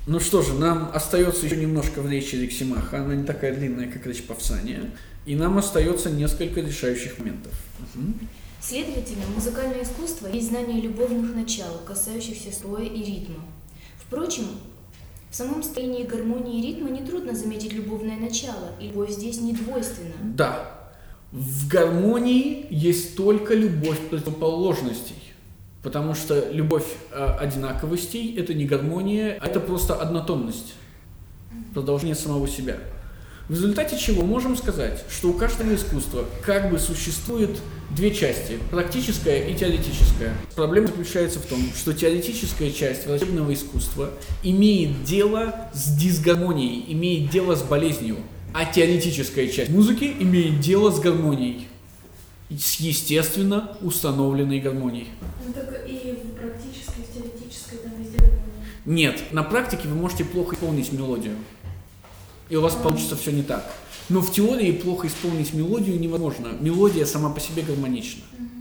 Ну что же, нам остается еще немножко в речи Алексимаха, она не такая длинная, как речь Павсания, и нам остается несколько решающих моментов. Следовательно, музыкальное искусство есть знание любовных начал, касающихся строя и ритма. Впрочем, в самом строении гармонии и ритма нетрудно заметить любовное начало, и любовь здесь не двойственна. Да, в гармонии есть только любовь противоположностей. Потому что любовь одинаковостей – это не гармония, а это просто однотонность, продолжение самого себя. В результате чего можем сказать, что у каждого искусства как бы существует две части – практическая и теоретическая. Проблема заключается в том, что теоретическая часть врачебного искусства имеет дело с дисгармонией, имеет дело с болезнью, а теоретическая часть музыки имеет дело с гармонией. С естественно установленной гармонией. Ну так и в практической, и в теоретической там везде гармония. Нет, на практике вы можете плохо исполнить мелодию. И у вас получится все не так. Но в теории плохо исполнить мелодию невозможно. Мелодия сама по себе гармонична.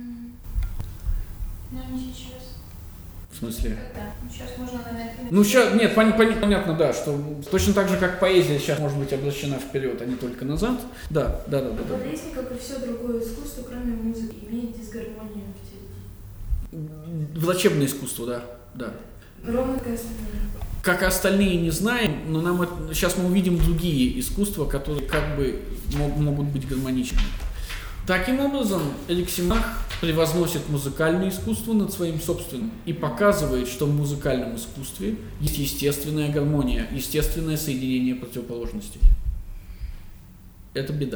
Ну не сейчас. В смысле? Когда? Ну сейчас можно, наверное... Ну сейчас, нет, понятно, да, что точно так же, как поэзия сейчас может быть обращена вперед, а не только назад. Да. Болезнь, как и все другое искусство, кроме музыки, имеет дисгармонию в теле. Врачебное искусство, да. Ровно как и остальные. Как остальные не знаем, но сейчас мы увидим другие искусства, которые как бы могут быть гармоничными. Таким образом, Алексимах превозносит музыкальное искусство над своим собственным и показывает, что в музыкальном искусстве есть естественная гармония, естественное соединение противоположностей. Это беда.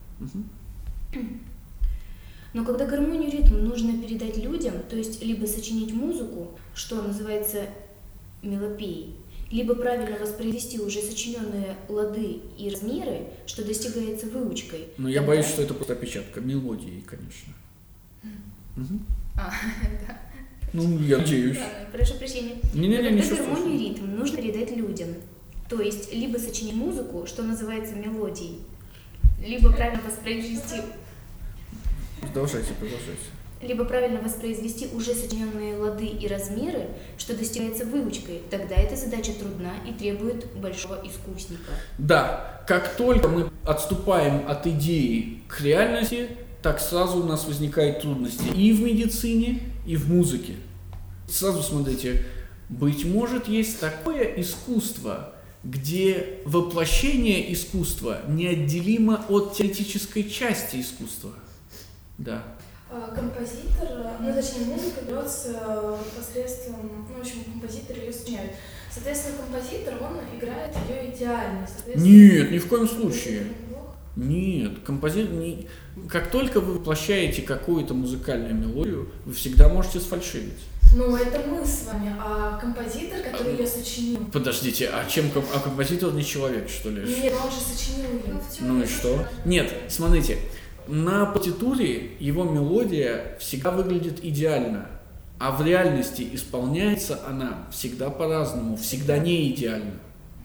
Но когда гармонию и ритм нужно передать людям, то есть либо сочинить музыку, что называется мелопией, либо правильно воспроизвести уже сочиненные лады и размеры, что достигается выучкой. Но я боюсь, что это просто опечатка мелодии, конечно. Да. Ну, я надеюсь. Прошу прощения. Когда гармонию и ритм нужно передать людям, то есть либо сочинить музыку, что называется мелодией, либо правильно воспроизвести... Продолжайте. Либо правильно воспроизвести уже сочиненные лады и размеры, что достигается выучкой, тогда эта задача трудна и требует большого искусника. Да, как только мы отступаем от идеи к реальности, так сразу у нас возникают трудности и в медицине, и в музыке. Сразу смотрите, быть может, есть такое искусство, где воплощение искусства неотделимо от теоретической части искусства. Да. Композитор, точнее, музыка берется посредством, в общем, композитор ее сочиняет. Соответственно, композитор, он играет ее идеально. Нет, ни в коем случае. Нет, как только вы воплощаете какую-то музыкальную мелодию, вы всегда можете сфальшивить. Ну, это мы с вами, а композитор, который ее сочинил... Подождите, а композитор не человек, что ли? Нет, он же сочинил ее. Ну и что? Нет, смотрите. На партитуре его мелодия всегда выглядит идеально, а в реальности исполняется она всегда по-разному, всегда не идеально.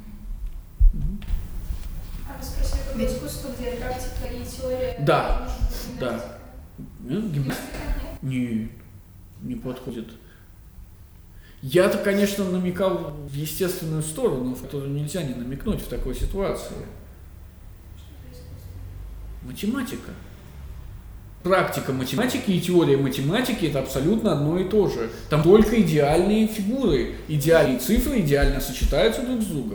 А вы спросили, какое искусство, где практика и теория? Да. Гимнастика? Нет, не подходит. Я-то, конечно, намекал в естественную сторону, в которую нельзя не намекнуть в такой ситуации. Математика. Практика математики и теория математики – это абсолютно одно и то же. Там только идеальные фигуры, идеальные цифры идеально сочетаются друг с другом.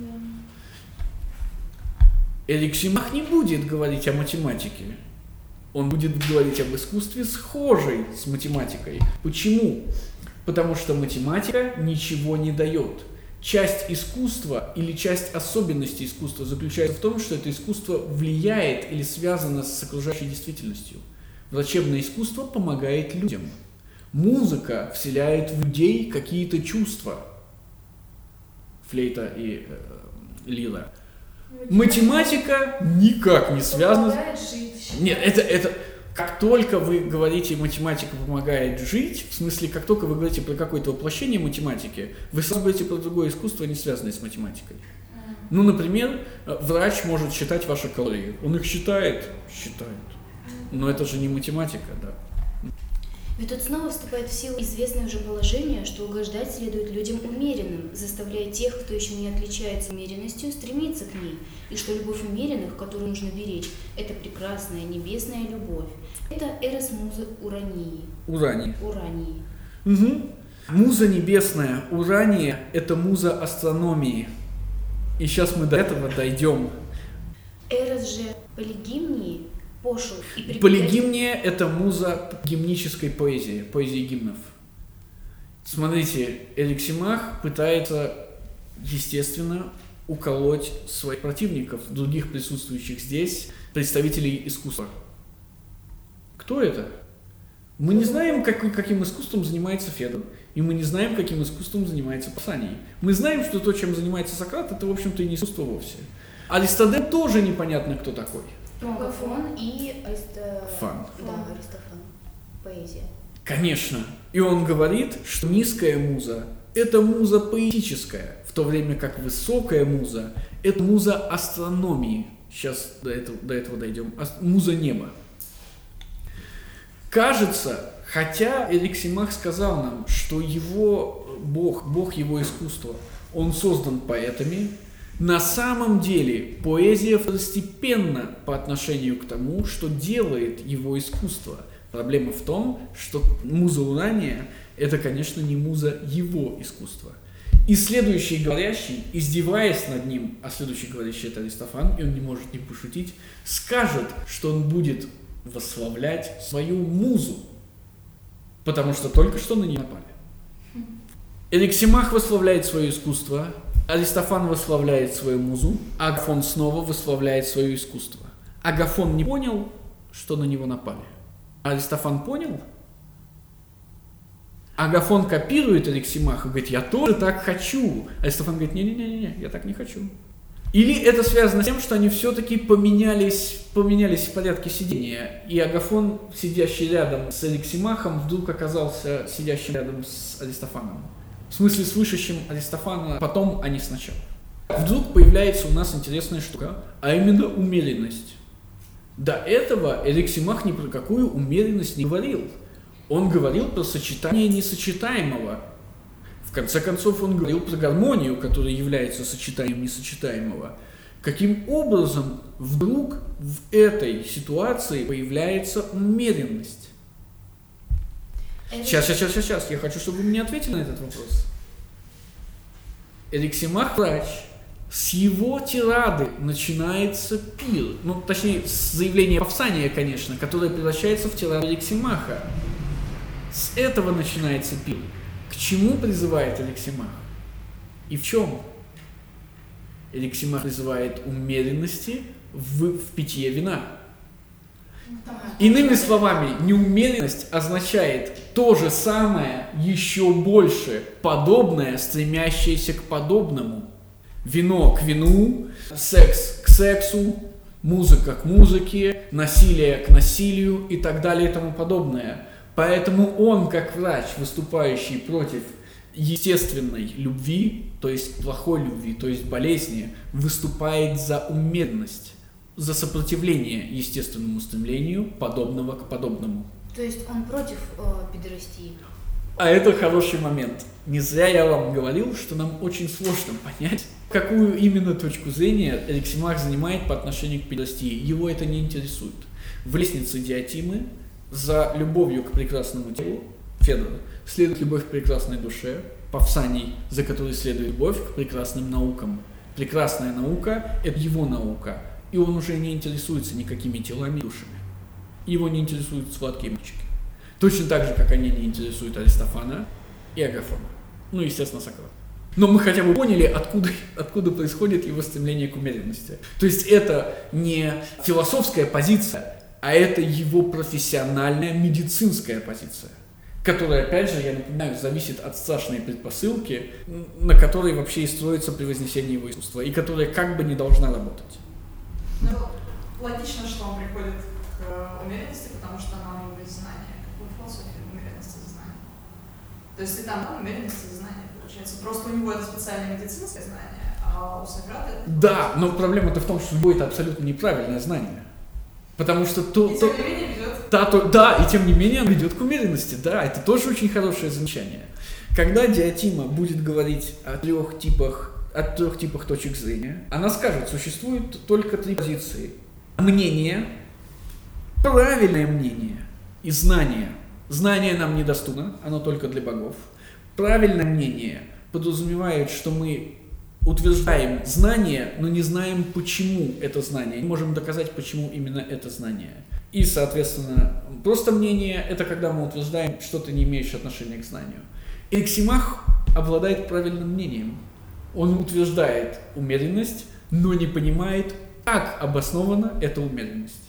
Алексимах не будет говорить о математике. Он будет говорить об искусстве, схожей с математикой. Почему? Потому что математика ничего не дает. Часть искусства или часть особенностей искусства заключается в том, что это искусство влияет или связано с окружающей действительностью. Врачебное искусство помогает людям. Музыка вселяет в людей какие-то чувства. Флейта и лира. Математика никак не связана... Помогает жить. Нет, это... Как только вы говорите, математика помогает жить, в смысле, как только вы говорите про какое-то воплощение математики, вы сразу говорите про другое искусство, не связанное с математикой. Ну, например, врач может считать ваши калории. Он их считает. Но это же не математика, да. Ведь тут снова вступает в силу известное уже положение, что угождать следует людям умеренным, заставляя тех, кто еще не отличается умеренностью, стремиться к ней, и что любовь умеренных, которую нужно беречь, это прекрасная небесная любовь. Это эрос музы Урании. Урании. Угу. Муза небесная Урания – это муза астрономии. И сейчас мы до этого дойдем. Эрос же полигимнии пошел и припятил. Полигимния – это муза гимнической поэзии, поэзии гимнов. Смотрите, Эриксимах пытается, естественно, уколоть своих противников, других присутствующих здесь, представителей искусства. Кто это? Мы не знаем, каким искусством занимается Федор, и мы не знаем, каким искусством занимается Пассаний. Мы знаем, что то, чем занимается Сократ, это, в общем-то, и не искусство вовсе. Аристодем тоже непонятно, кто такой. Агафон и Аристофан. Да, Аристофан. Поэзия. Конечно. И он говорит, что низкая муза – это муза поэтическая, в то время как высокая муза – это муза астрономии. Сейчас до этого дойдем. Муза неба. Кажется, хотя Эриксимах сказал нам, что его Бог его искусства, он создан поэтами, на самом деле поэзия второстепенна по отношению к тому, что делает его искусство. Проблема в том, что муза Урания – это, конечно, не муза его искусства. И следующий говорящий, издеваясь над ним, а следующий говорящий – это Аристофан, и он не может не пошутить, скажет, что он будет восславлять свою музу, потому что только что на нее напали. Эриксимах восславляет свое искусство, Аристофан восславляет свою музу, Агафон снова восславляет свое искусство. Агафон не понял, что на него напали. Аристофан понял. Агафон копирует Эриксимаха, говорит, я тоже так хочу. Аристофан говорит, не-не-не, я так не хочу. Или это связано с тем, что они все-таки поменялись в порядке сидения, и Агафон, сидящий рядом с Эриксимахом, вдруг оказался сидящим рядом с Аристофаном. В смысле, слышащим Аристофана потом, а не сначала. Вдруг появляется у нас интересная штука, а именно умеренность. До этого Эриксимах ни про какую умеренность не говорил. Он говорил про сочетание несочетаемого. В конце концов, он говорил про гармонию, которая является сочетанием несочетаемого. Каким образом вдруг в этой ситуации появляется умеренность? Сейчас. Я хочу, чтобы вы мне ответили на этот вопрос. Эриксимах врач. С его тирады начинается пир. Ну, точнее, с заявления Пассания, конечно, которое превращается в тираду Эриксимаха. С этого начинается пир. К чему призывает Эриксимах? И в чем? Эриксимах призывает умеренности в питье вина. Иными словами, неумеренность означает то же самое, еще больше, подобное, стремящееся к подобному. Вино к вину, секс к сексу, музыка к музыке, насилие к насилию и так далее и тому подобное. Поэтому он, как врач, выступающий против естественной любви, то есть плохой любви, то есть болезни, выступает за умеренность, за сопротивление естественному стремлению подобного к подобному. То есть он против педерастии? А это хороший момент. Не зря я вам говорил, что нам очень сложно понять, какую именно точку зрения Эриксимах занимает по отношению к педерастии. Его это не интересует. В лестнице Диотимы за любовью к прекрасному телу Федора следует любовь к прекрасной душе, Пассаний, за которой следует любовь к прекрасным наукам. Прекрасная наука – это его наука, и он уже не интересуется никакими телами и душами. Его не интересуют сладкие мальчики. Точно так же, как они не интересуют Аристофана и Агафона. Ну, естественно, Сократа. Но мы хотя бы поняли, откуда происходит его стремление к умеренности. То есть это не философская позиция, а это его профессиональная медицинская позиция, которая, опять же, я напоминаю, зависит от страшной предпосылки, на которой вообще и строится превознесение его искусства, и которая как бы не должна работать. Ну, логично, что он приходит к умеренности, потому что она у него есть знание. Какую философию умеренности за знание? То есть и там умеренность за знание получается. Просто у него это специальное медицинское знание, а у Сократа это... Да, но проблема-то в том, что у него это абсолютно неправильное знание. Потому что И тем не менее ведет Да, и тем не менее он ведет к умеренности. Да, это тоже очень хорошее замечание. Когда Диотима будет говорить о трех типах точек зрения, она скажет, существует только три позиции. Мнение, правильное мнение и знание. Знание нам недоступно, оно только для богов. Правильное мнение подразумевает, что мы утверждаем знание, но не знаем, почему это знание. Не можем доказать, почему именно это знание. И, соответственно, просто мнение – это когда мы утверждаем что-то, не имеющее отношения к знанию. Эриксимах обладает правильным мнением. Он утверждает умеренность, но не понимает, как обоснована эта умеренность.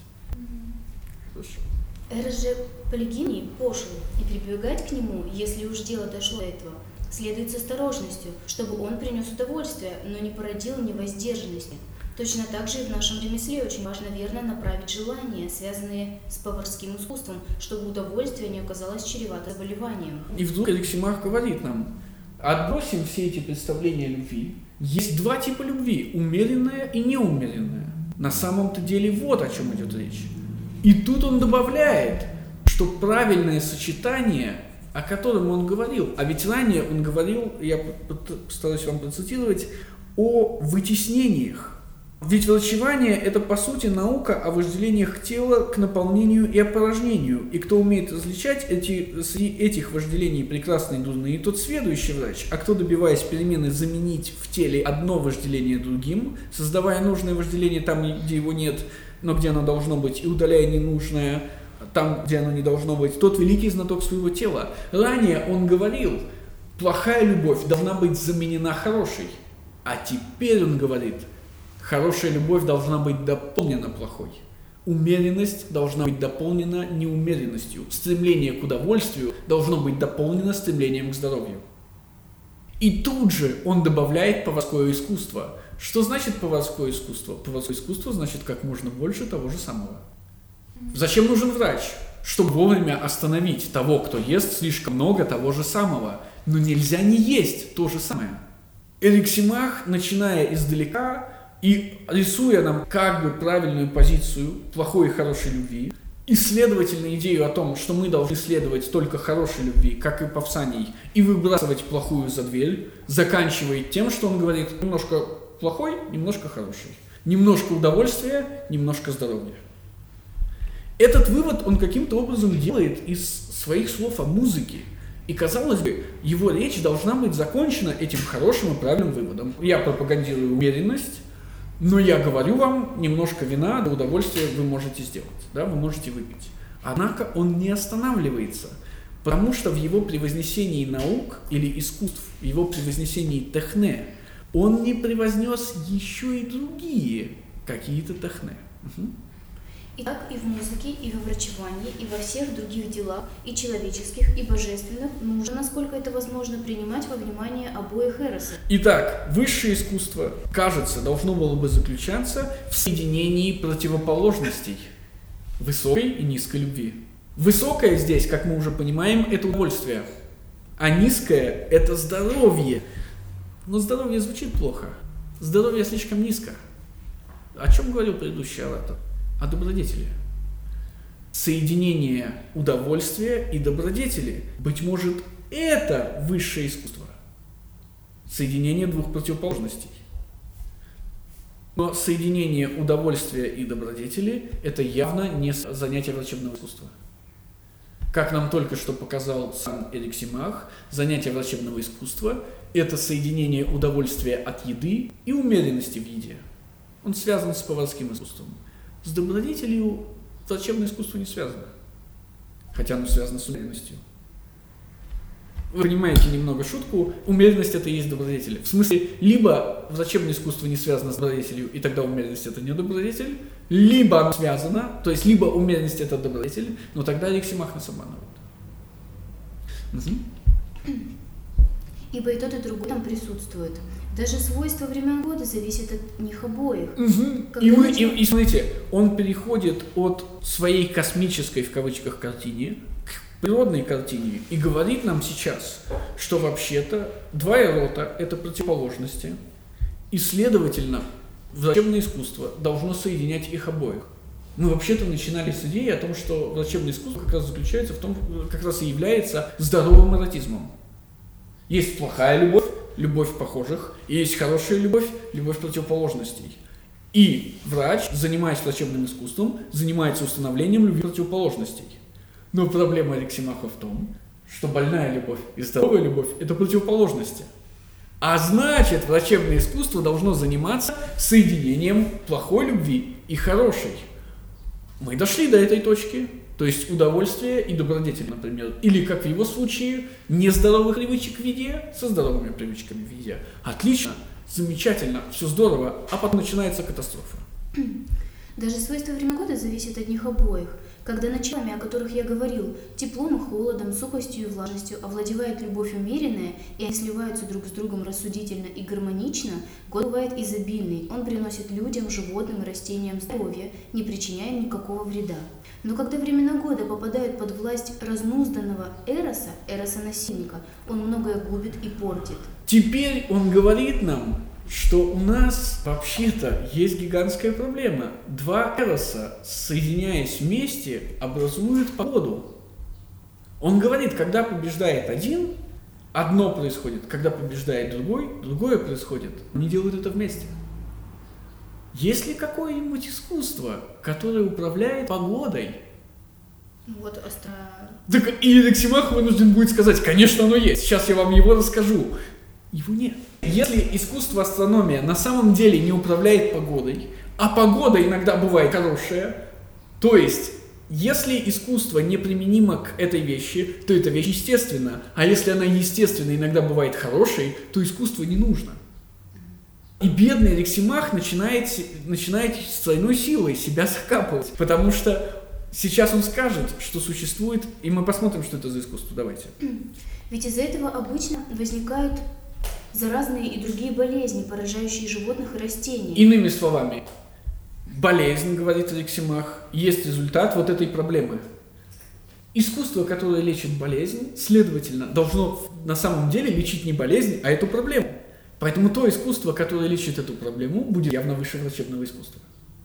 Хорошо. Эрос Полигиний пошел, и прибегать к нему, если уж дело дошло до этого, следует с осторожностью, чтобы он принес удовольствие, но не породил невоздержанности. Точно так же и в нашем ремесле очень важно верно направить желания, связанные с поварским искусством, чтобы удовольствие не оказалось чревато заболеванием. И вдруг Эриксимах говорит нам, отбросим все эти представления о любви. Есть два типа любви – умеренная и неумеренная. На самом-то деле вот о чем идет речь. И тут он добавляет, что правильное сочетание, о котором он говорил, а ведь ранее он говорил, я постараюсь вам процитировать, о вытеснениях. Ведь врачевание – это, по сути, наука о вожделениях тела к наполнению и опорожнению. И кто умеет различать среди этих вожделений прекрасные и дурные, тот сведущий врач. А кто, добиваясь перемены, заменить в теле одно вожделение другим, создавая нужное вожделение там, где его нет, но где оно должно быть, и удаляя ненужное там, где оно не должно быть, тот великий знаток своего тела. Ранее он говорил, плохая любовь должна быть заменена хорошей. А теперь он говорит, хорошая любовь должна быть дополнена плохой. Умеренность должна быть дополнена неумеренностью. Стремление к удовольствию должно быть дополнено стремлением к здоровью. И тут же он добавляет поварское искусство. Что значит поварское искусство? Поварское искусство значит как можно больше того же самого. Зачем нужен врач? Чтобы вовремя остановить того, кто ест слишком много того же самого. Но нельзя не есть то же самое. Эриксимах, начиная издалека и рисуя нам как бы правильную позицию плохой и хорошей любви, и, следовательно, идею о том, что мы должны следовать только хорошей любви, как и Павсаний, и выбрасывать плохую за дверь, заканчивает тем, что он говорит немножко плохой, немножко хороший. Немножко удовольствия, немножко здоровья. Этот вывод он каким-то образом делает из своих слов о музыке. И, казалось бы, его речь должна быть закончена этим хорошим и правильным выводом. Я пропагандирую умеренность, но я говорю вам, немножко вина до удовольствия вы можете сделать, да, вы можете выпить. Однако он не останавливается, потому что в его превознесении наук или искусств, в его превознесении техне, он не превознес еще и другие какие-то техне. И так и в музыке, и во врачевании, и во всех других делах, и человеческих, и божественных, нужно, насколько это возможно, принимать во внимание обоих эросов. Итак, высшее искусство, кажется, должно было бы заключаться в соединении противоположностей высокой и низкой любви. Высокое здесь, как мы уже понимаем, это удовольствие, а низкое – это здоровье. Но здоровье звучит плохо, здоровье слишком низко. О чем говорил предыдущий оратор? О добродетели. Соединение удовольствия и добродетели. Быть может, это высшее искусство. Соединение двух противоположностей. Но соединение удовольствия и добродетели – это явно не занятие врачебного искусства. Как нам только что показал сам Эриксимах, занятие врачебного искусства – это соединение удовольствия от еды и умеренности в еде. Он связан с поварским искусством. С добродетелью врачебное искусство не связано, хотя оно связано с умеренностью. Вы понимаете немного шутку, умеренность это и есть добродетель. В смысле, либо врачебное искусство не связано с добродетелью, и тогда умеренность это не добродетель, либо оно связано, то есть либо умеренность это добродетель, но тогда Эриксимах нас обманывает. Ибо и тот, и другой там присутствует. Даже свойства времен года зависят от них обоих. И смотрите, он переходит от своей космической, в кавычках, картине к природной картине и говорит нам сейчас, что вообще-то два эрота – это противоположности, и, следовательно, врачебное искусство должно соединять их обоих. Мы вообще-то начинали с идеи о том, что врачебное искусство как раз заключается в том, как раз и является здоровым эротизмом. Есть плохая любовь, любовь похожих, и есть хорошая любовь, любовь противоположностей. И врач, занимаясь врачебным искусством, занимается установлением любви противоположностей. Но проблема Алексимаха в том, что больная любовь и здоровая любовь – это противоположности. А значит, врачебное искусство должно заниматься соединением плохой любви и хорошей. Мы дошли до этой точки, то есть удовольствие и добродетель, например. Или, как в его случае, нездоровых привычек в еде со здоровыми привычками в еде. Отлично, замечательно, все здорово, а потом начинается катастрофа. Даже свойства времен года зависят от них обоих. Когда началами, о которых я говорил, теплом и холодом, сухостью и влажностью овладевает любовь умеренная, и они сливаются друг с другом рассудительно и гармонично, год бывает изобильный, он приносит людям, животным и растениям здоровье, не причиняя им никакого вреда. Но когда времена года попадают под власть разнузданного эроса-насильника, он многое губит и портит. Теперь он говорит нам, что у нас вообще-то есть гигантская проблема. Два эроса, соединяясь вместе, образуют погоду. Он говорит, когда побеждает один, одно происходит, когда побеждает другой, другое происходит. Они делают это вместе. Есть ли какое-нибудь искусство, которое управляет погодой? Вот Так и Алексимах вынужден будет сказать, конечно, оно есть. Сейчас я вам его расскажу. Его нет. Если искусство астрономия на самом деле не управляет погодой, а погода иногда бывает хорошая, то есть, если искусство неприменимо к этой вещи, то эта вещь естественна, а если она естественно иногда бывает хорошей, то искусство не нужно. И бедный Алексимах начинает с тройной силой себя закапывать, потому что сейчас он скажет, что существует, и мы посмотрим, что это за искусство. Давайте. Ведь из-за этого обычно возникают заразные и другие болезни, поражающие животных и растения. Иными словами, болезнь, говорит Алексимах, есть результат вот этой проблемы. Искусство, которое лечит болезнь, следовательно, должно на самом деле лечить не болезнь, а эту проблему. Поэтому то искусство, которое лечит эту проблему, будет явно выше врачебного искусства.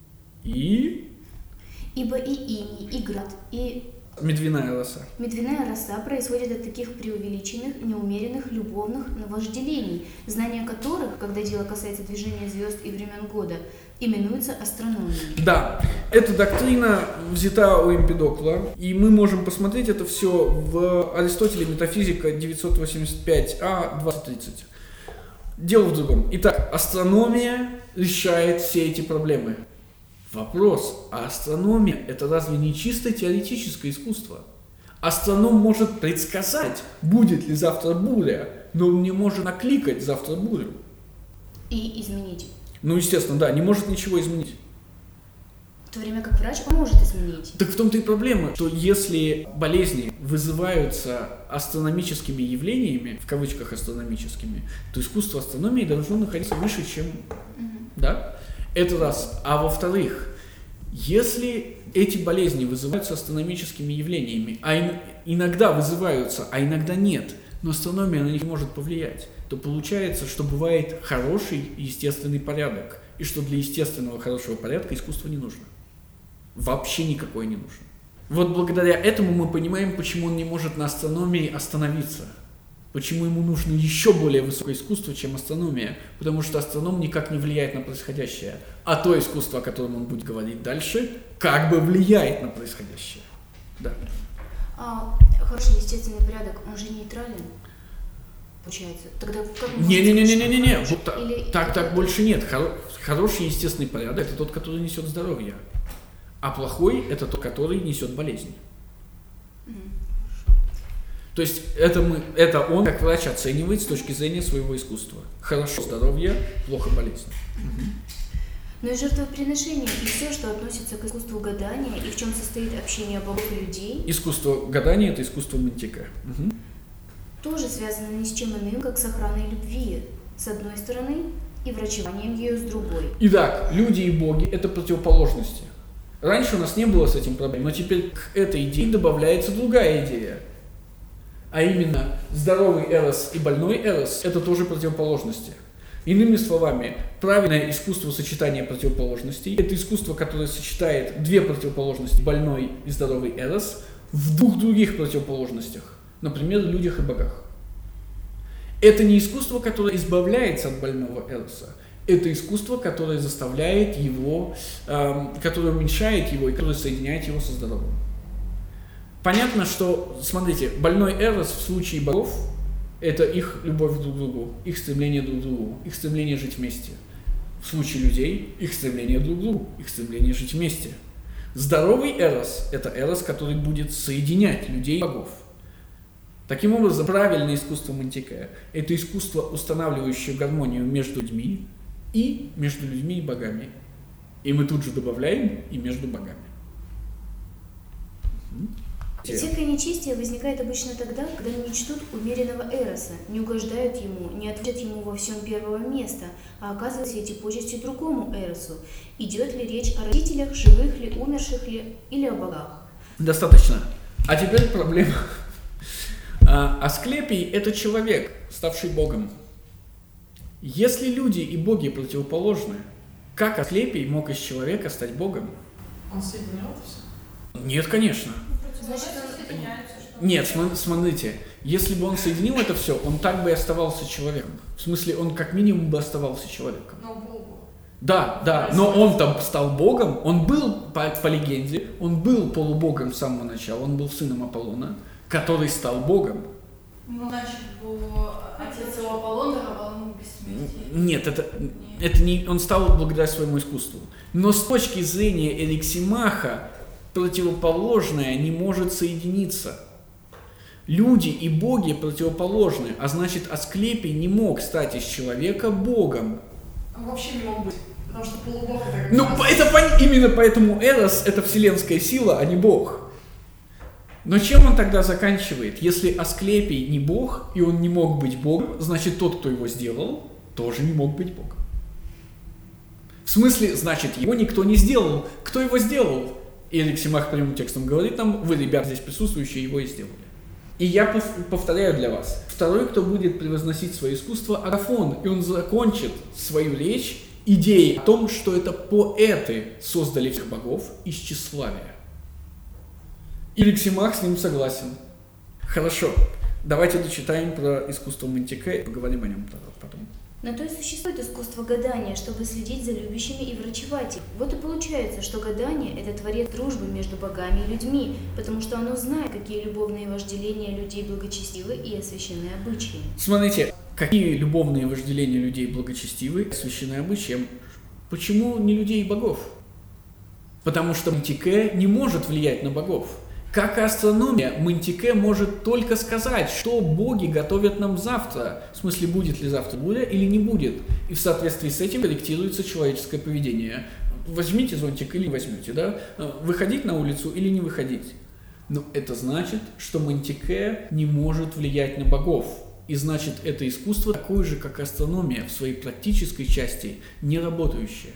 Ибо и иней, и град, и медвяная роса. Медвяная роса происходит от таких преувеличенных, неумеренных, любовных вожделений, знания которых, когда дело касается движения звезд и времен года, именуются астрономией. Да, эта доктрина взята у Эмпидокла, и мы можем посмотреть это все в Аристотеле «Метафизика» 985а, 2030. Дело в другом. Итак, астрономия решает все эти проблемы. Вопрос, а астрономия – это разве не чисто теоретическое искусство? Астроном может предсказать, будет ли завтра буря, но он не может накликать завтра бурю. И изменить. Ну, естественно, да, не может ничего изменить. В то время как врач может изменить. Так в том-то и проблема, что если болезни вызываются астрономическими явлениями, в кавычках астрономическими, то искусство астрономии должно находиться выше, чем... Да? Это раз. А во-вторых, если эти болезни вызываются астрономическими явлениями, а иногда вызываются, а иногда нет, но астрономия на них может повлиять, то получается, что бывает хороший естественный порядок, и что для естественного хорошего порядка искусство не нужно. Вообще никакое не нужно. Вот благодаря этому мы понимаем, почему он не может на астрономии остановиться. Почему ему нужно еще более высокое искусство, чем астрономия? Потому что астроном никак не влияет на происходящее. А то искусство, о котором он будет говорить дальше, как бы влияет на происходящее. Да. Хороший естественный порядок, он же нейтрален, получается. Тогда как Не-не-не-не-не-не. Так больше нет. Хороший естественный порядок – это тот, который несет здоровье. А плохой – это тот, который несет болезнь. То есть это он, как врач, оценивает с точки зрения своего искусства. Хорошо здоровье, плохо болезнь. Но и жертвоприношение, и все, что относится к искусству гадания, и в чем состоит общение богов и людей. Искусство гадания – это искусство мантика. Тоже связано ни с чем иным, как с охраной любви, с одной стороны, и врачеванием ее с другой. Итак, люди и боги – это противоположности. Раньше у нас не было с этим проблем, но теперь к этой идее добавляется другая идея. А именно, здоровый эрос и больной эрос – это тоже противоположности. Иными словами, правильное искусство сочетания противоположностей – это искусство, которое сочетает две противоположности, больной и здоровый эрос, в двух других противоположностях, например, людях и богах. Это не искусство, которое избавляется от больного эроса, это искусство, которое заставляет его, которое уменьшает его и которое соединяет его со здоровым. Понятно, что, смотрите, больной эрос в случае богов – это их любовь друг к другу, их стремление друг к другу, их стремление жить вместе. В случае людей – их стремление друг к другу, их стремление жить вместе. Здоровый эрос – это эрос, который будет соединять людей и богов. Таким образом, правильное искусство Монтике – это искусство, устанавливающее гармонию между людьми и между людьми и богами. И мы тут же добавляем и между богами. Всякое нечестие возникает обычно тогда, когда не чтут умеренного эроса, не угождают ему, не отводят ему во всем первого места, а оказывают все эти почести другому эросу. Идет ли речь о родителях, живых ли, умерших ли, или о богах? Достаточно. А теперь проблема. Асклепий – это человек, ставший богом. Если люди и боги противоположны, как Асклепий мог из человека стать богом? Он соединил это все? Нет, конечно. Значит, Нет, смотрите, если бы он соединил это все, он так бы и оставался человеком. В смысле, он как минимум бы оставался человеком. Но Богу. Да, но он там стал богом, он был, по легенде, он был полубогом с самого начала, он был сыном Аполлона, который стал богом. Ну, значит, отец его Аполлон даровал ему бессмертие. Нет, это не он стал благодаря своему искусству. Но с точки зрения Эриксимаха, противоположное не может соединиться. Люди и боги противоположны, а значит, Асклепий не мог стать из человека богом. Он вообще не мог быть, потому что полубог это как Ну, раз. именно поэтому Эрос – это вселенская сила, а не бог. Но чем он тогда заканчивает? Если Асклепий не бог, и он не мог быть богом, значит, тот, кто его сделал, тоже не мог быть богом. В смысле, значит, его никто не сделал. Кто его сделал? И Эриксимах прямым текстом говорит нам: вы, ребята, здесь присутствующие, его и сделали. И я повторяю для вас. Второй, кто будет превозносить свое искусство, Агафон. И он закончит свою речь идеей о том, что это поэты создали всех богов из тщеславия. И Эриксимах с ним согласен. Хорошо, давайте дочитаем про искусство Монтике и поговорим о нем потом. На то и существует искусство гадания, чтобы следить за любящими и врачевать их. Вот и получается, что гадание – это творец дружбы между богами и людьми, потому что оно знает, какие любовные вожделения людей благочестивы и освящены обычаем. Смотрите, какие любовные вожделения людей благочестивы и освящены обычаем. Почему не людей и богов? Потому что Монтике не может влиять на богов. Как и астрономия, Монтике может только сказать, что боги готовят нам завтра. В смысле, будет ли завтра буря или не будет. И в соответствии с этим корректируется человеческое поведение. Возьмите зонтик или не возьмете, да? Выходить на улицу или не выходить. Но это значит, что Монтике не может влиять на богов. И значит, это искусство такое же, как астрономия, в своей практической части не работающее.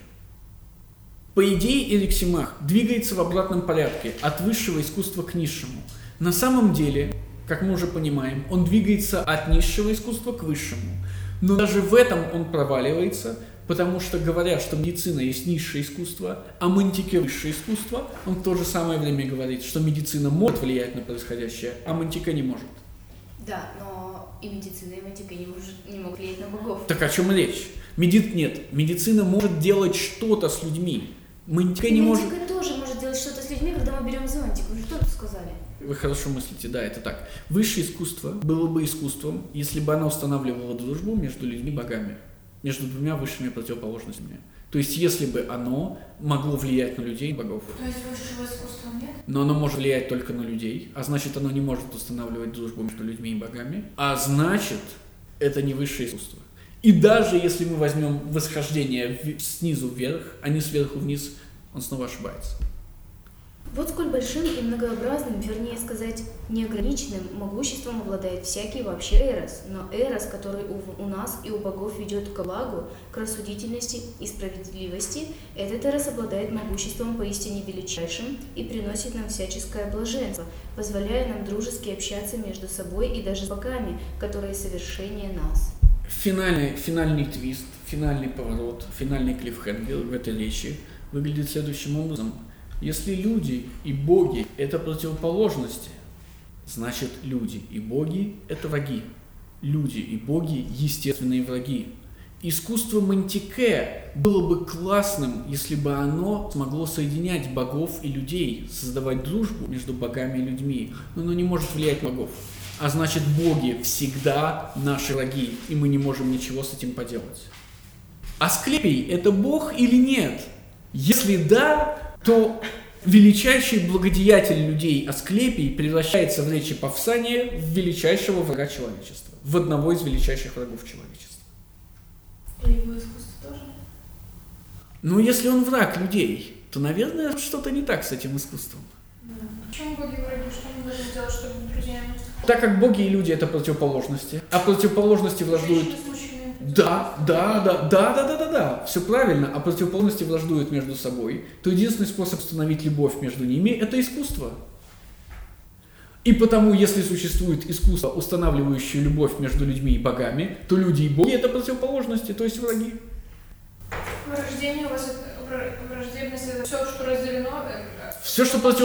По идее, Эриксимах двигается в обратном порядке, от высшего искусства к низшему. На самом деле, как мы уже понимаем, он двигается от низшего искусства к высшему. Но даже в этом он проваливается, потому что, говоря, что медицина есть низшее искусство, а Монтике высшее искусство, он в то же самое время говорит, что медицина может влиять на происходящее, а Монтике не может. Да, но и медицина, и Монтике не могут влиять на богов. Так о чем речь? Нет, медицина может делать что-то с людьми. Монтике не может... Монтике тоже может делать что-то с людьми, когда мы берем зонтик. Вы что тут сказали? Вы хорошо мыслите, да, это так. Высшее искусство было бы искусством, если бы оно устанавливало дружбу между людьми и богами, между двумя высшими противоположностями. То есть, если бы оно могло влиять на людей и богов. То есть высшего искусства нет? Но оно может влиять только на людей, а значит, оно не может устанавливать дружбу между людьми и богами, а значит, это не высшее искусство. И даже если мы возьмем восхождение снизу вверх, а не сверху вниз, он снова ошибается. Вот сколь большим и многообразным, вернее сказать, неограниченным могуществом обладает всякий вообще эрос. Но эрос, который у нас и у богов ведет к благу, к рассудительности и справедливости, этот эрос обладает могуществом поистине величайшим и приносит нам всяческое блаженство, позволяя нам дружески общаться между собой и даже с богами, которые совершеннее нас. Финальный твист, финальный поворот, финальный клиффхенгер в этой речи выглядит следующим образом. Если люди и боги – это противоположности, значит люди и боги – это враги. Люди и боги – естественные враги. Искусство Монтике было бы классным, если бы оно смогло соединять богов и людей, создавать дружбу между богами и людьми, но оно не может влиять на богов. А значит, боги всегда наши враги, и мы не можем ничего с этим поделать. Асклепий – это бог или нет? Если да, то величайший благодеятель людей Асклепий превращается в речи Павсания в величайшего врага человечества, в одного из величайших врагов человечества. И его искусство тоже? Но если он враг людей, то, наверное, что-то не так с этим искусством. Почему боги враги? Что мы должны делать, чтобы друзья? Так как боги и люди – это противоположности, а противоположности враждуют… Да, все правильно, а противоположности враждуют между собой, то единственный способ установить любовь между ними – это искусство. И потому, если существует искусство, устанавливающее любовь между людьми и богами, то люди и боги – это противоположности, то есть враги. Враждение у вас враждебность – это все, что разделено? Все,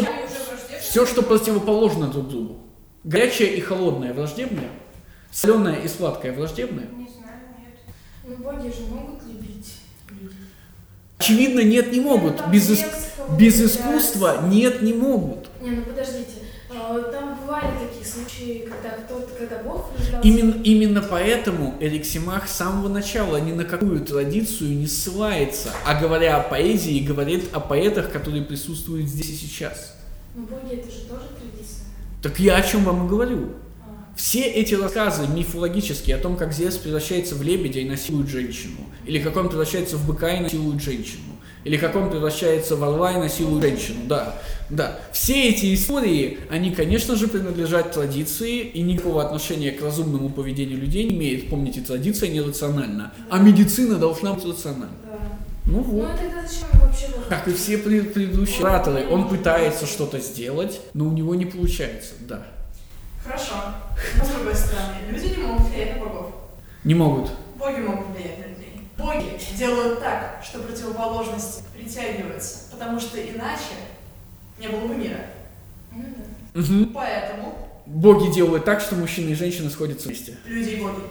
что противоположно друг другу. Горячее и холодное враждебное, соленое и сладкое враждебное. Не знаю, нет. Но боги же могут любить людей. Очевидно, нет, не могут. Без искусства нет, не могут. Не, ну подождите. Там бывали такие случаи, когда Бог влюблялся. Именно поэтому Эриксимах с самого начала ни на какую традицию не ссылается, а говоря о поэзии, говорит о поэтах, которые присутствуют здесь и сейчас. Но боги это же тоже традиция. Так я о чем вам и говорю. Все эти рассказы мифологические о том, как Зевс превращается в лебедя и насилует женщину, или как он превращается в быка и насилует женщину, или как он превращается в орла и насилует женщину, да. Все эти истории, они, конечно же, принадлежат традиции и никакого отношения к разумному поведению людей не имеют. Помните, традиция нерациональна, а медицина должна быть рациональна. Да. Ну вот. Ну а тогда зачем вообще? Как и все предыдущие ораторы, он пытается что-то сделать, но у него не получается, да. Хорошо. Но с другой стороны, люди не могут влиять на богов. Не могут. Боги могут влиять на людей. Боги делают так, что противоположности притягиваются, потому что иначе не было бы мира. Ну да. Угу. Поэтому Боги делают так, что мужчины и женщины сходятся вместе. люди и боги.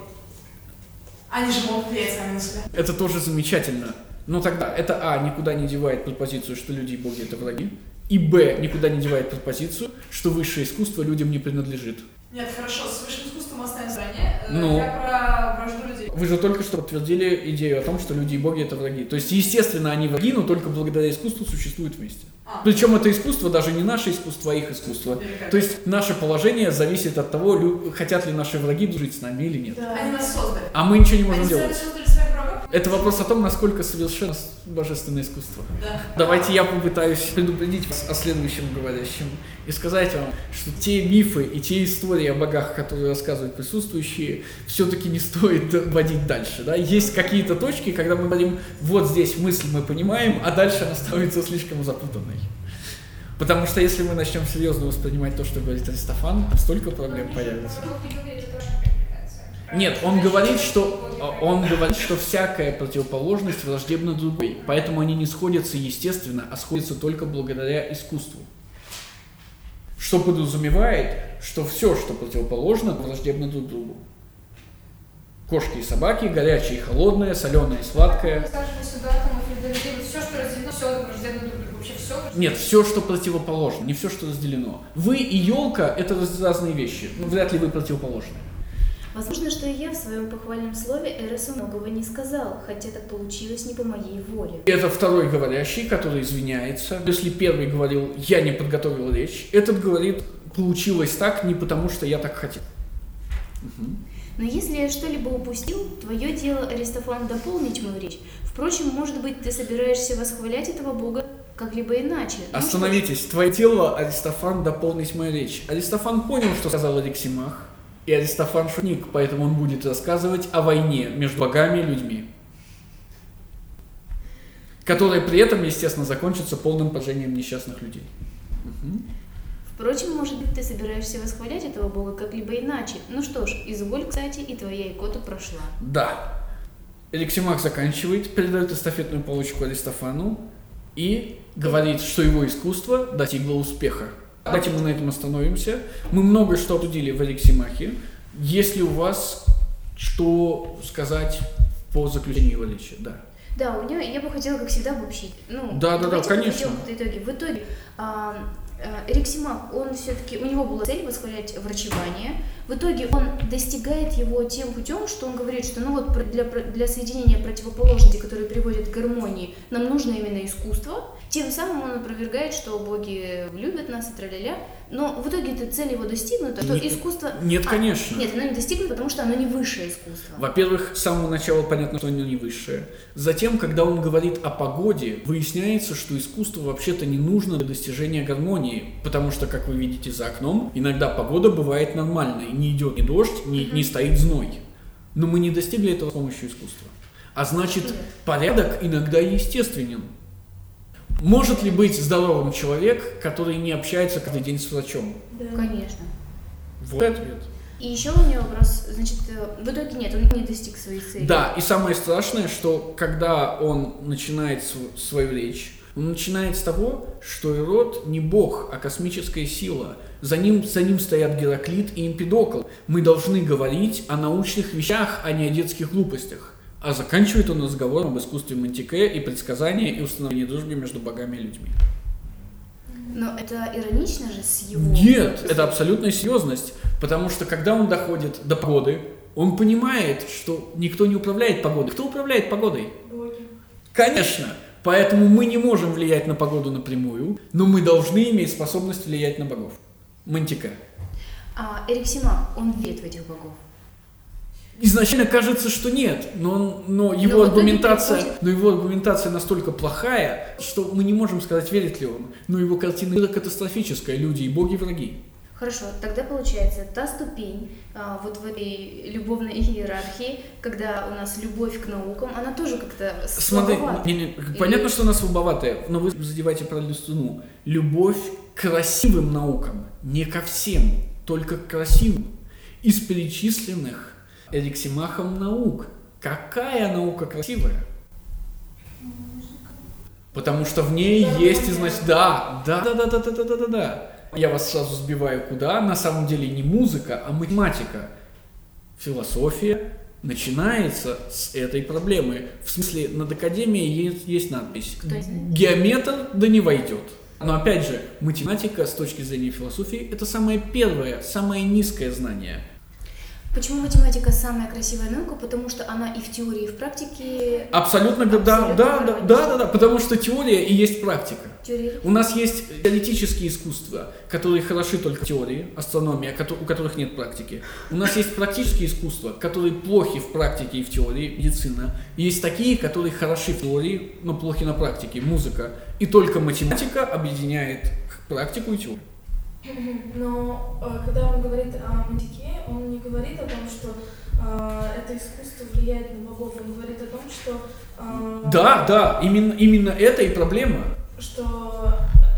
Они же могут влиять сами на себя. Это тоже замечательно. Но тогда это никуда не девает предпозицию, что люди и боги это враги, и никуда не девает предпозицию, что высшее искусство людям не принадлежит. Нет, хорошо, с высшим искусством оставим в стороне. Ну. Я про вражду людей. Вы же только что подтвердили идею о том, что люди и боги это враги. То есть, естественно, они враги, но только благодаря искусству существуют вместе. Причем это искусство даже не наше искусство, а их искусство. То есть наше положение зависит от того, хотят ли наши враги дружить с нами или нет. Да. Они нас создали. А мы ничего не можем Они делать. создали своих врагов. Это вопрос о том, насколько совершенно божественное искусство. Да. Давайте я попытаюсь предупредить вас о следующем говорящем и сказать вам, что те мифы и те истории о богах, которые рассказывают присутствующие, все-таки не стоит вводить дальше. Да? Есть какие-то точки, когда мы говорим, вот здесь мысль мы понимаем, а дальше она становится слишком запутанной. Потому что если мы начнем серьезно воспринимать то, что говорит Аристофан, столько проблем появится. Нет, он говорит, что всякая противоположность враждебна другой, поэтому они не сходятся естественно, а сходятся только благодаря искусству. Что подразумевает, что все, что противоположно, враждебно друг другу. Кошки и собаки, горячее и холодное, соленое и сладкое. Все, что разделено, все враждебно друг другу. Вообще все. Нет, все, что противоположно, не все, что разделено. Вы и елка – это разные вещи, но вряд ли вы противоположны. Возможно, что и я в своем похвальном слове Эросу многого не сказал, хотя так получилось не по моей воле. Это второй говорящий, который извиняется. Если первый говорил «я не подготовил речь», этот говорит «получилось так не потому, что я так хотел». Угу. Но если я что-либо упустил, твое дело, Аристофан, дополнить мою речь. Впрочем, может быть, ты собираешься восхвалять этого бога как-либо иначе. Остановитесь. Твое дело, Аристофан, дополнить мою речь. Аристофан понял, что сказал Эриксимах, и Аристофан шутник, поэтому он будет рассказывать о войне между богами и людьми, которая при этом, естественно, закончится полным поражением несчастных людей. Угу. Впрочем, может быть, ты собираешься восхвалять этого бога как-либо иначе. Ну что ж, изволь, кстати, и твоя икота прошла. Да. Эриксимах заканчивает, передает эстафетную палочку Аристофану и говорит, что его искусство достигло успеха. Давайте мы на этом остановимся. Мы много что обсудили в Эриксимахе. Есть ли у вас что сказать по заключению его речи? Да. Да, у нее я бы хотела, как всегда, обобщить. Ну, да, В конечно. итоге Эриксимах, он все-таки, у него была цель восхвалять врачевание. В итоге он достигает его тем путем, что он говорит, что ну вот для соединения противоположностей, которые приводят к гармонии, нам нужно именно искусство. Тем самым он опровергает, что боги любят нас и тра-ля-ля. Но в итоге эта цель его достигнута, что искусство... Нет, конечно. Нет, оно не достигнуто, потому что оно не высшее искусство. Во-первых, с самого начала понятно, что оно не высшее. Затем, когда он говорит о погоде, выясняется, что искусство вообще-то не нужно для достижения гармонии. Потому что, как вы видите за окном, иногда погода бывает нормальной. Не идет ни дождь, не стоит зной. Но мы не достигли этого с помощью искусства. А значит, порядок иногда естественен. Может ли быть здоровым человек, который не общается каждый день с врачом? Да. Конечно. Вот ответ. И еще у меня вопрос, значит, в итоге нет, он не достиг своей цели. Да, и самое страшное, что когда он начинает свою речь, он начинает с того, что Ирод не бог, а космическая сила. За ним стоят Гераклит и Эмпидокл. Мы должны говорить о научных вещах, а не о детских глупостях. А заканчивает он разговором об искусстве Мантике и предсказании и установлении дружбы между богами и людьми. Но это иронично же с его... Нет, это абсолютная серьезность, потому что когда он доходит до погоды, он понимает, что никто не управляет погодой. Кто управляет погодой? Боги. Конечно! Поэтому мы не можем влиять на погоду напрямую, но мы должны иметь способность влиять на богов. Мантика. А Эриксимах, он верит в этих богов? Изначально кажется, что нет, но его аргументация настолько плохая, что мы не можем сказать, верит ли он. Но его картина катастрофическая, люди и боги враги. Хорошо, тогда получается, та ступень вот в этой любовной иерархии, когда у нас любовь к наукам, она тоже как-то слабовата. Понятно, что она слабоватая, но вы задеваете правильную струну. Любовь к красивым наукам, не ко всем, только к красивым. Из перечисленных Эриксимахом наук. Какая наука красивая? Потому что в ней есть, значит, да. Я вас сразу сбиваю куда? На самом деле не музыка, а математика. Философия начинается с этой проблемы. В смысле, над академией есть надпись «Геометр да не войдет». Но опять же, математика с точки зрения философии – это самое первое, самое низкое знание. Почему математика самая красивая наука? Потому что она и в теории, и в практике... Абсолютно, да, потому что теория и есть практика. У нас есть теоретические искусства, которые хороши только в теории, астрономия, у которых нет практики. У нас есть практические искусства, которые плохи в практике и в теории, медицина. Есть такие, которые хороши в теории, но плохи на практике, музыка. И только математика объединяет практику и теорию. Но когда он говорит о Мантике, он не говорит о том, что это искусство влияет на богов, он говорит о том, что... Да, именно это и проблема. Что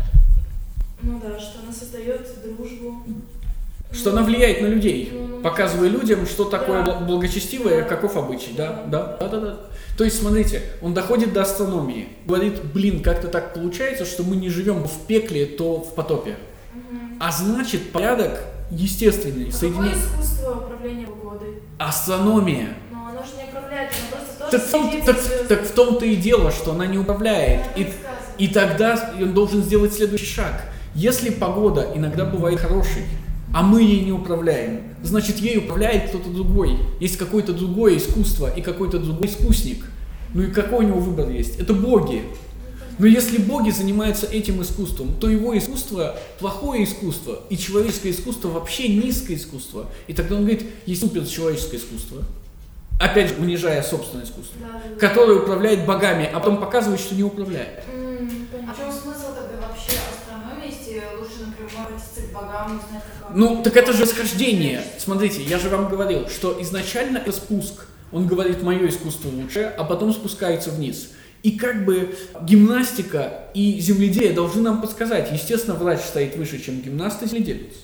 она создает дружбу. Что она влияет на людей, показывая людям, что такое благочестивое, каков обычай. Да. То есть, смотрите, он доходит до астрономии, говорит, как-то так получается, что мы не живем в пекле, то в потопе. А значит, порядок естественный. Какое искусство управления погодой? Астрономия. Но она же не управляет, она просто тоже так в том-то и дело, что она не управляет. И тогда он должен сделать следующий шаг. Если погода иногда бывает хорошей, а мы ей не управляем, значит, ей управляет кто-то другой. Есть какое-то другое искусство и какой-то другой искусник. Ну и какой у него выбор есть? Это боги. Но если боги занимаются этим искусством, то его искусство плохое искусство, и человеческое искусство вообще низкое искусство. И тогда он говорит, есть суперчеловеческое искусство, опять же унижая собственное искусство, которое управляет богами, а потом показывает, что не управляет. А в чем смысл тогда вообще астрономии, если лучше, например, обратиться к богам, не знать, как... Ну, так это же восхождение. Смотрите, я же вам говорил, что изначально это спуск. Он говорит, мое искусство лучше, а потом спускается вниз. И как бы гимнастика и земледелие должны нам подсказать. Естественно, врач стоит выше, чем гимнаст и земледелец.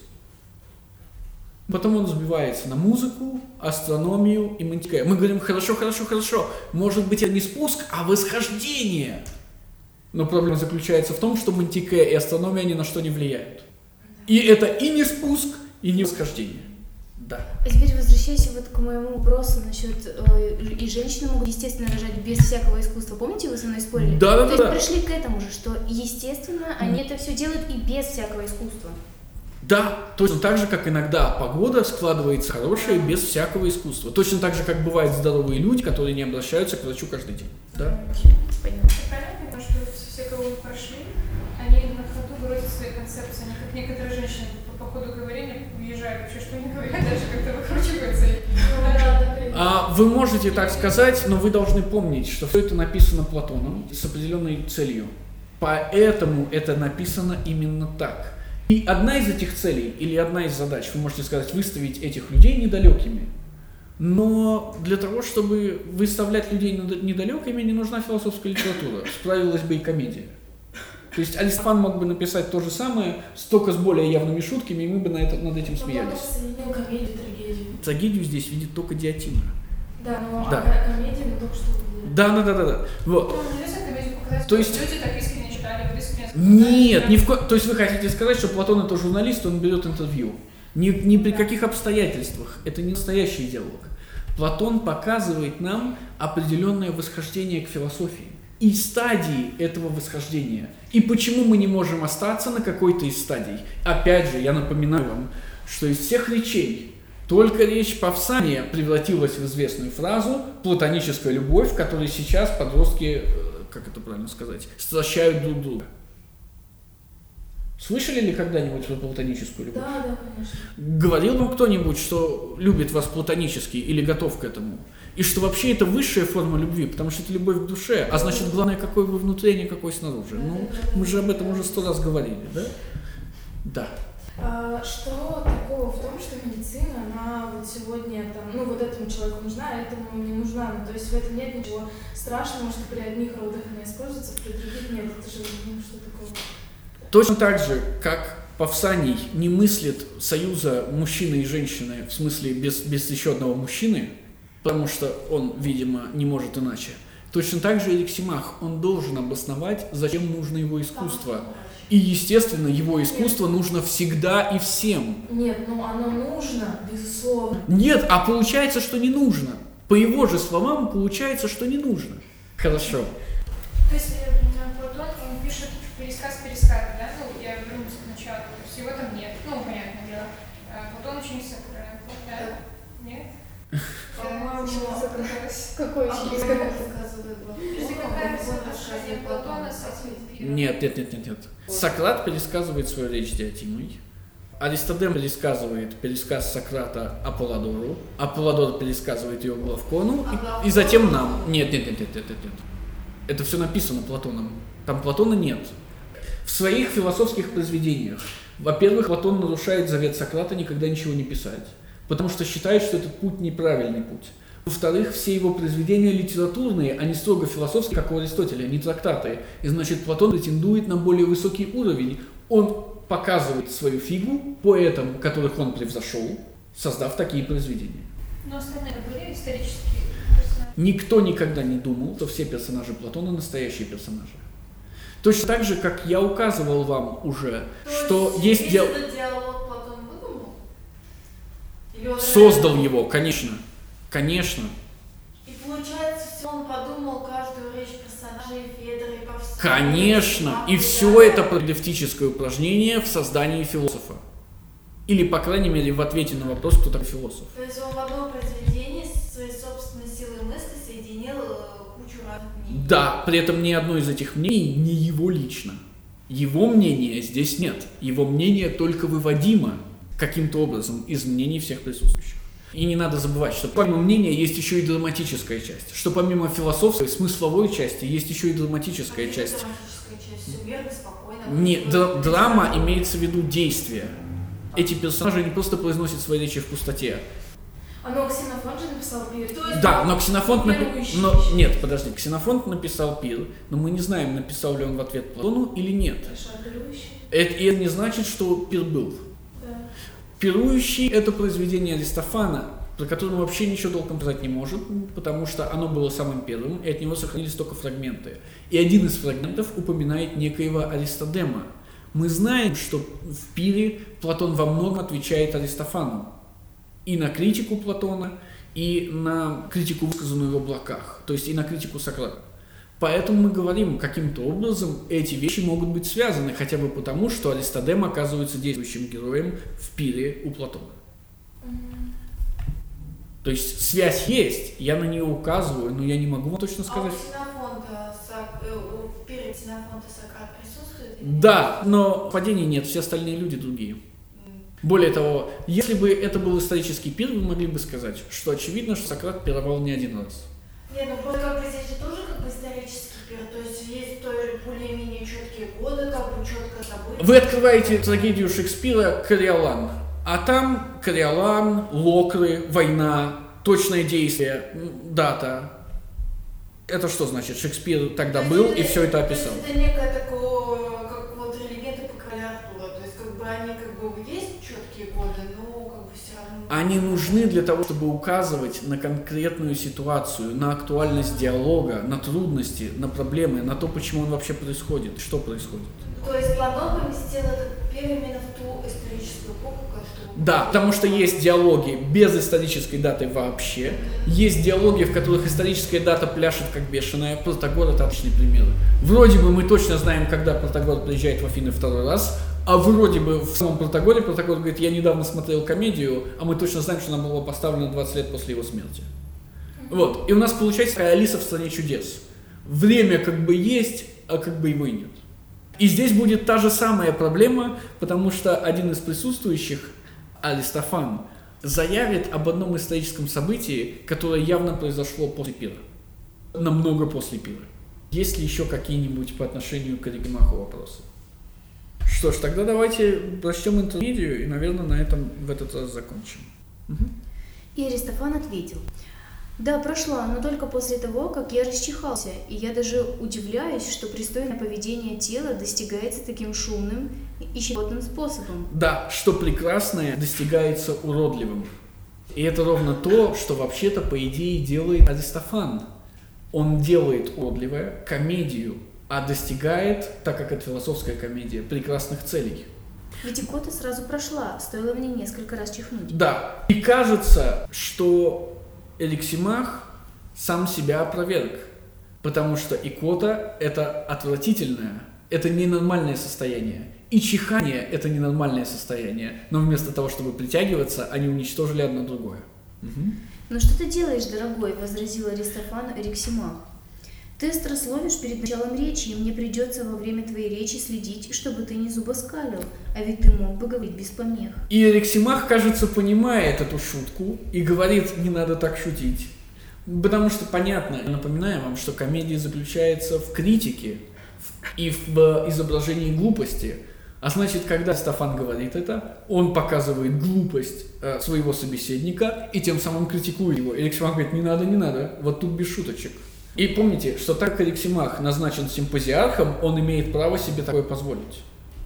Потом он сбивается на музыку, астрономию и мантике. Мы говорим, хорошо, может быть, это не спуск, а восхождение. Но проблема заключается в том, что мантике и астрономия ни на что не влияют. И это и не спуск, и не восхождение. Да. А теперь возвращаясь вот к моему вопросу насчет и женщины могут естественно рожать без всякого искусства. Помните, вы со мной спорили? Да. То есть пришли к этому же, что естественно они это все делают и без всякого искусства. Да, точно так же, как иногда погода складывается хорошая без всякого искусства. Точно так же, как бывают здоровые люди, которые не обращаются к врачу каждый день. Да? Понятно. Понятно, что все, кого вы прошли, они на ходу выразят свои концепции. Они, как некоторые женщины, по ходу говорения уезжают вообще, что они говорят, даже как-то выкручиваются. Вы можете так сказать, но вы должны помнить, что все это написано Платоном с определенной целью. Поэтому это написано именно так. И одна из этих целей, или одна из задач, вы можете сказать, выставить этих людей недалекими. Но для того, чтобы выставлять людей недалекими, не нужна философская литература. Справилась бы и комедия. То есть Аристофан мог бы написать то же самое, только с более явными шутками, и мы бы над этим смеялись. Но комедию, трагедию. Трагедию здесь видит только Диотима. Да, но Да. комедию мы только что увидели. Да. Вот. Ну, нельзя комедию показать, То есть- люди так искренне читали, вот искренне Нет, то есть вы хотите сказать, что Платон это журналист, он берет интервью. Ни при каких обстоятельствах. Это не настоящий диалог. Платон показывает нам определенное восхождение к философии. И стадии этого восхождения. И почему мы не можем остаться на какой-то из стадий. Опять же, я напоминаю вам, что из всех речей только речь Павсания превратилась в известную фразу «платоническая любовь», которой сейчас подростки, как это правильно сказать, стращают друг друга. Слышали ли когда-нибудь про платоническую любовь? Да, конечно. Говорил вам кто-нибудь, что любит вас платонически или готов к этому? И что вообще это высшая форма любви, потому что это любовь к душе, а значит, главное, какой вы внутри, а не какой снаружи. Ну, мы же об этом уже 100 раз говорили, да? Да. Что такого в том, что медицина, она вот сегодня вот этому человеку нужна, а этому не нужна. Ну, то есть в этом нет ничего страшного, что при одних родах она используется, при других нет. Это же что такого? Точно так же, как Павсаний не мыслит союза мужчины и женщины, в смысле без еще одного мужчины, потому что он, видимо, не может иначе. Точно так же Эриксимах, он должен обосновать, зачем нужно его искусство. И, естественно, его искусство нужно всегда и всем. Нет, оно нужно, безусловно. Нет, а получается, что не нужно. По его же словам, получается, что не нужно. Хорошо. То есть Платон, он пишет пересказ пересказа, да? Ну, я вернусь к началу. То есть его там нет. Ну, понятное дело. Платон ученица, да? Нет? По-моему, какой ученик? отношение Платона с этим? Нет. Сократ пересказывает свою речь Диотимой. Аристодем пересказывает пересказ Сократа Аполлодору. Аполлодор пересказывает ее Главкону. И затем нам. Нет. Это все написано Платоном. Там Платона нет. В своих философских произведениях, во-первых, Платон нарушает завет Сократа никогда ничего не писать, потому что считает, что этот путь неправильный путь. Во-вторых, все его произведения литературные, они строго философские, как у Аристотеля, не трактаты. И значит, Платон претендует на более высокий уровень. Он показывает свою фигу поэтам, которых он превзошел, создав такие произведения. Но остальные были исторические персонажи. Никто никогда не думал, что все персонажи Платона настоящие персонажи. Точно так же, как я указывал вам уже, что есть этот диалог Платон выдумал? Или он создал его, конечно. Конечно. И получается, все он подумал каждую речь персонажей Федора и Павсания. Конечно. И все это продлевтическое упражнение в создании философа. Или, по крайней мере, в ответе на вопрос, кто такой философ. То есть он в одном произведении своей собственной силой мысли соединил кучу разных мнений. Да, при этом ни одно из этих мнений не его лично. Его мнения здесь нет. Его мнение только выводимо каким-то образом из мнений всех присутствующих. И не надо забывать, что помимо мнения есть еще и драматическая часть. Что помимо философской, смысловой части, есть еще и драматическая часть. Драматическая часть. Все мирно, спокойно. Не, драма имеется в виду действие. Эти персонажи не просто произносят свои речи в пустоте. Но Ксенофон же написал написал пир. То есть Да, но Ксенофонт Верующий. Нет, подожди, Ксенофонт написал пир, но мы не знаем, написал ли он в ответ Платону или нет. Верующий. Это не значит, что пир был. Да. Пирующий – это произведение Аристофана, про которое мы вообще ничего толком сказать не можем, потому что оно было самым первым, и от него сохранились только фрагменты. И один из фрагментов упоминает некоего Аристодема. Мы знаем, что в пире Платон во многом отвечает Аристофану. И на критику Платона, и на критику, высказанную в облаках, то есть и на критику Сократа. Поэтому мы говорим, каким-то образом эти вещи могут быть связаны, хотя бы потому, что Аристодем оказывается действующим героем в пире у Платона. То есть связь есть, я на нее указываю, но я не могу вам точно сказать. В пире Ксенофонта Сократ присутствует? Да, но падений нет, все остальные люди другие. Более того, если бы это был исторический пир, вы могли бы сказать, что очевидно, что Сократ пировал не один раз. Нет, ну просто как бы здесь же тоже как бы исторический пир, то есть есть тоже более-менее четкие годы, как бы четко события. Вы открываете трагедию Шекспира «Кориолан», а там Кориолан, Локры, война, точное действие, дата. Это что значит? Шекспир тогда был и все это описал. Это некое такое, как вот легенда по королю Артура, то есть как бы они как бы есть четкие годы, но как бы все равно... Они нужны для того, чтобы указывать на конкретную ситуацию, на актуальность диалога, на трудности, на проблемы, на то, почему он вообще происходит, что происходит. То есть Платон поместил этот пир именно в ту историческую эпоху, которую... Да, потому что есть диалоги без исторической даты вообще, есть диалоги, в которых историческая дата пляшет как бешеная. Протагор — это отличный пример. Вроде бы мы точно знаем, когда Протагор приезжает в Афины второй раз, а вроде бы в самом Протагор говорит, я недавно смотрел комедию, а мы точно знаем, что она была поставлена 20 лет после его смерти. Вот, и у нас получается такая Алиса в стране чудес. Время как бы есть, а как бы его и нет. И здесь будет та же самая проблема, потому что один из присутствующих, Аристофан, заявит об одном историческом событии, которое явно произошло после пира. Намного после пира. Есть ли еще какие-нибудь по отношению к Эрикимаху вопросы? Что ж, тогда давайте прочтем интермедию и, наверное, на этом в этот раз закончим. И Аристофан ответил: «Да, прошла, но только после того, как я расчихался, и я даже удивляюсь, что пристойное поведение тела достигается таким шумным и щекотным способом». Да, что прекрасное достигается уродливым. И это ровно то, что вообще-то, по идее, делает Аристофан. Он делает уродливое комедию, а достигает, так как это философская комедия, прекрасных целей. Ведь икота сразу прошла, стоило мне несколько раз чихнуть. Да, и кажется, что Эриксимах сам себя опроверг, потому что икота – это отвратительное, это ненормальное состояние. И чихание – это ненормальное состояние, но вместо того, чтобы притягиваться, они уничтожили одно другое. «Но что ты делаешь, дорогой?» – возразил Аристофан Эриксимах. «Ты острословишь перед началом речи, и мне придется во время твоей речи следить, чтобы ты не зубоскалил, а ведь ты мог бы говорить без помех». И Эриксимах, кажется, понимает эту шутку и говорит, не надо так шутить. Потому что понятно, я напоминаю вам, что комедия заключается в критике и в изображении глупости. А значит, когда Аристофан говорит это, он показывает глупость своего собеседника и тем самым критикует его. Эриксимах говорит, не надо, вот тут без шуточек. И помните, что так как Эриксимах назначен симпозиархом, он имеет право себе такое позволить.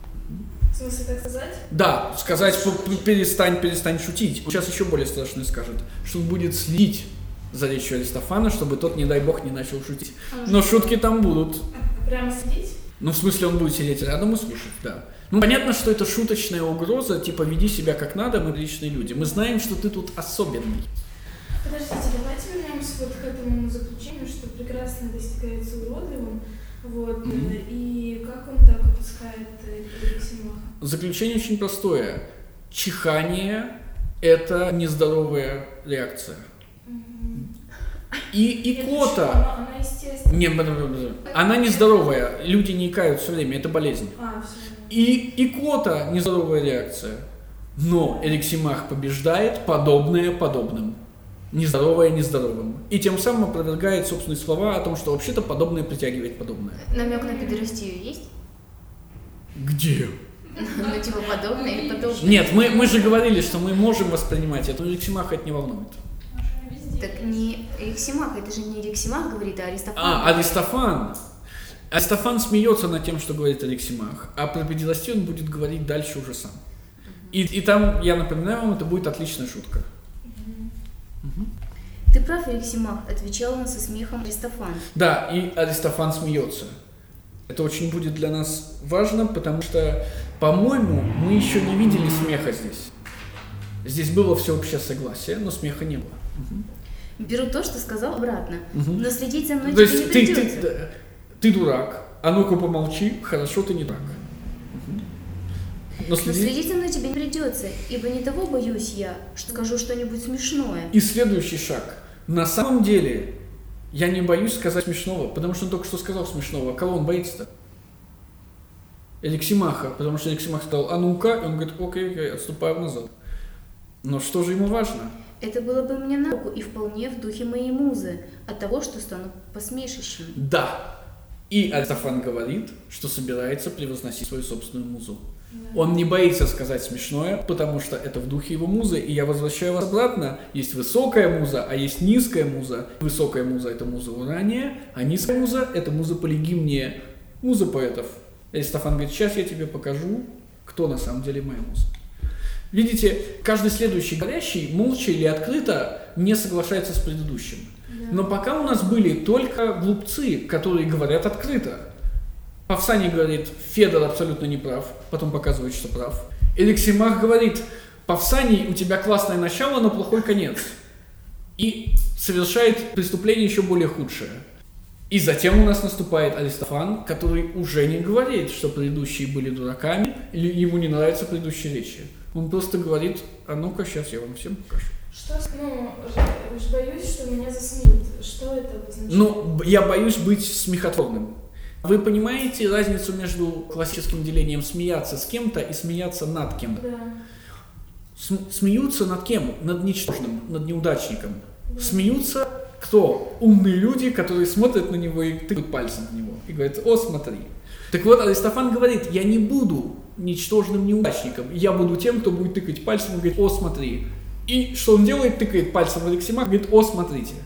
В смысле, так сказать? Да, сказать, перестань шутить. Он сейчас еще более страшное скажет, что он будет следить за речью Аристофана, чтобы тот, не дай бог, не начал шутить. Но шутки там будут. Прямо следить? Ну, в смысле, он будет сидеть рядом и слушать, да. Ну, понятно, что это шуточная угроза, типа, веди себя как надо, мы приличные люди. Мы знаем, что ты тут особенный. Подождите, давайте вернемся вот к этому заключению, что прекрасно достигается уродливым, вот, и как он так опускает Эриксимаха? Заключение очень простое. Чихание – это нездоровая реакция. И икота… Она естественная. Нет, она нездоровая. Люди не икают все время, это болезнь. Все. И икота – нездоровая реакция. Но Эриксимах побеждает подобное подобным. Нездоровое нездоровым. И тем самым опровергает собственные слова о том, что вообще-то подобное притягивает подобное. Намек на педерастию есть? Где? Ну, типа подобное или подобное? Нет, мы же говорили, что мы можем воспринимать это, но Эриксимаха это не волнует. Так не Эриксимах, это же не Эриксимах говорит, а Аристофан. Аристофан. Аристофан смеется над тем, что говорит Эриксимах, а про педерастию он будет говорить дальше уже сам. И там, я напоминаю вам, это будет отличная шутка. Ты прав, Эриксимах, отвечал он со смехом Аристофан. Да, и Аристофан смеется. Это очень будет для нас важно, потому что, по-моему, мы еще не видели смеха здесь. Здесь было всеобщее согласие, но смеха не было. Беру то, что сказал, обратно. Но следить за мной То тебе не есть придется. ты дурак, а ну-ка помолчи, хорошо, ты не так. Но Но следить за мной тебе не придется, ибо не того боюсь я, что скажу что-нибудь смешное. И следующий шаг. На самом деле, я не боюсь сказать смешного, потому что он только что сказал смешного. Кого он боится-то? Эриксимаха, потому что Эриксимах сказал, а ну-ка, и он говорит, окей, отступаю назад. Но что же ему важно? Это было бы мне на руку и вполне в духе моей музы, от того, что стану посмешищем. Да. И Аристофан говорит, что собирается превозносить свою собственную музу. Он не боится сказать смешное, потому что это в духе его музы. И я возвращаю вас обратно. Есть высокая муза, а есть низкая муза. Высокая муза – это муза Урания, а низкая муза – это муза Полигимния, муза поэтов. Аристофан говорит, сейчас я тебе покажу, кто на самом деле моя муза. Видите, каждый следующий говорящий, молча или открыто, не соглашается с предыдущим. Но пока у нас были только глупцы, которые говорят открыто. Павсаний говорит, Федор абсолютно не прав, потом показывает, что прав. Эриксимах говорит, Павсаний, у тебя классное начало, но плохой конец. И совершает преступление еще более худшее. И затем у нас наступает Аристофан, который уже не говорит, что предыдущие были дураками, или ему не нравятся предыдущие речи. Он просто говорит, а ну-ка, сейчас я вам всем покажу. Что, боюсь, что меня засмеют. Что это обозначает? Я боюсь быть смехотворным. Вы понимаете разницу между классическим делением смеяться с кем-то и смеяться над кем-то? Да. Смеются над кем? Над ничтожным, над неудачником. Да. Смеются кто? Умные люди, которые смотрят на него и тыкают пальцем в него. И говорят, о, смотри. Так вот, Аристофан говорит, я не буду ничтожным неудачником. Я буду тем, кто будет тыкать пальцем и говорит, о, смотри. И что он делает? Тыкает пальцем в Эриксимаха и говорит, о, смотрите.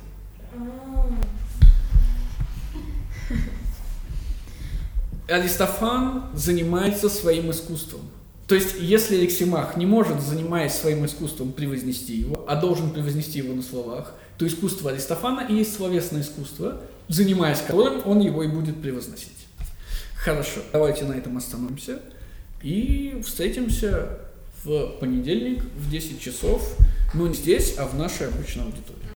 Аристофан занимается своим искусством. То есть, если Эриксимах не может, занимаясь своим искусством, превознести его, а должен превознести его на словах, то искусство Аристофана и есть словесное искусство, занимаясь которым он его и будет превозносить. Хорошо, давайте на этом остановимся и встретимся в понедельник в 10 часов, но не здесь, а в нашей обычной аудитории.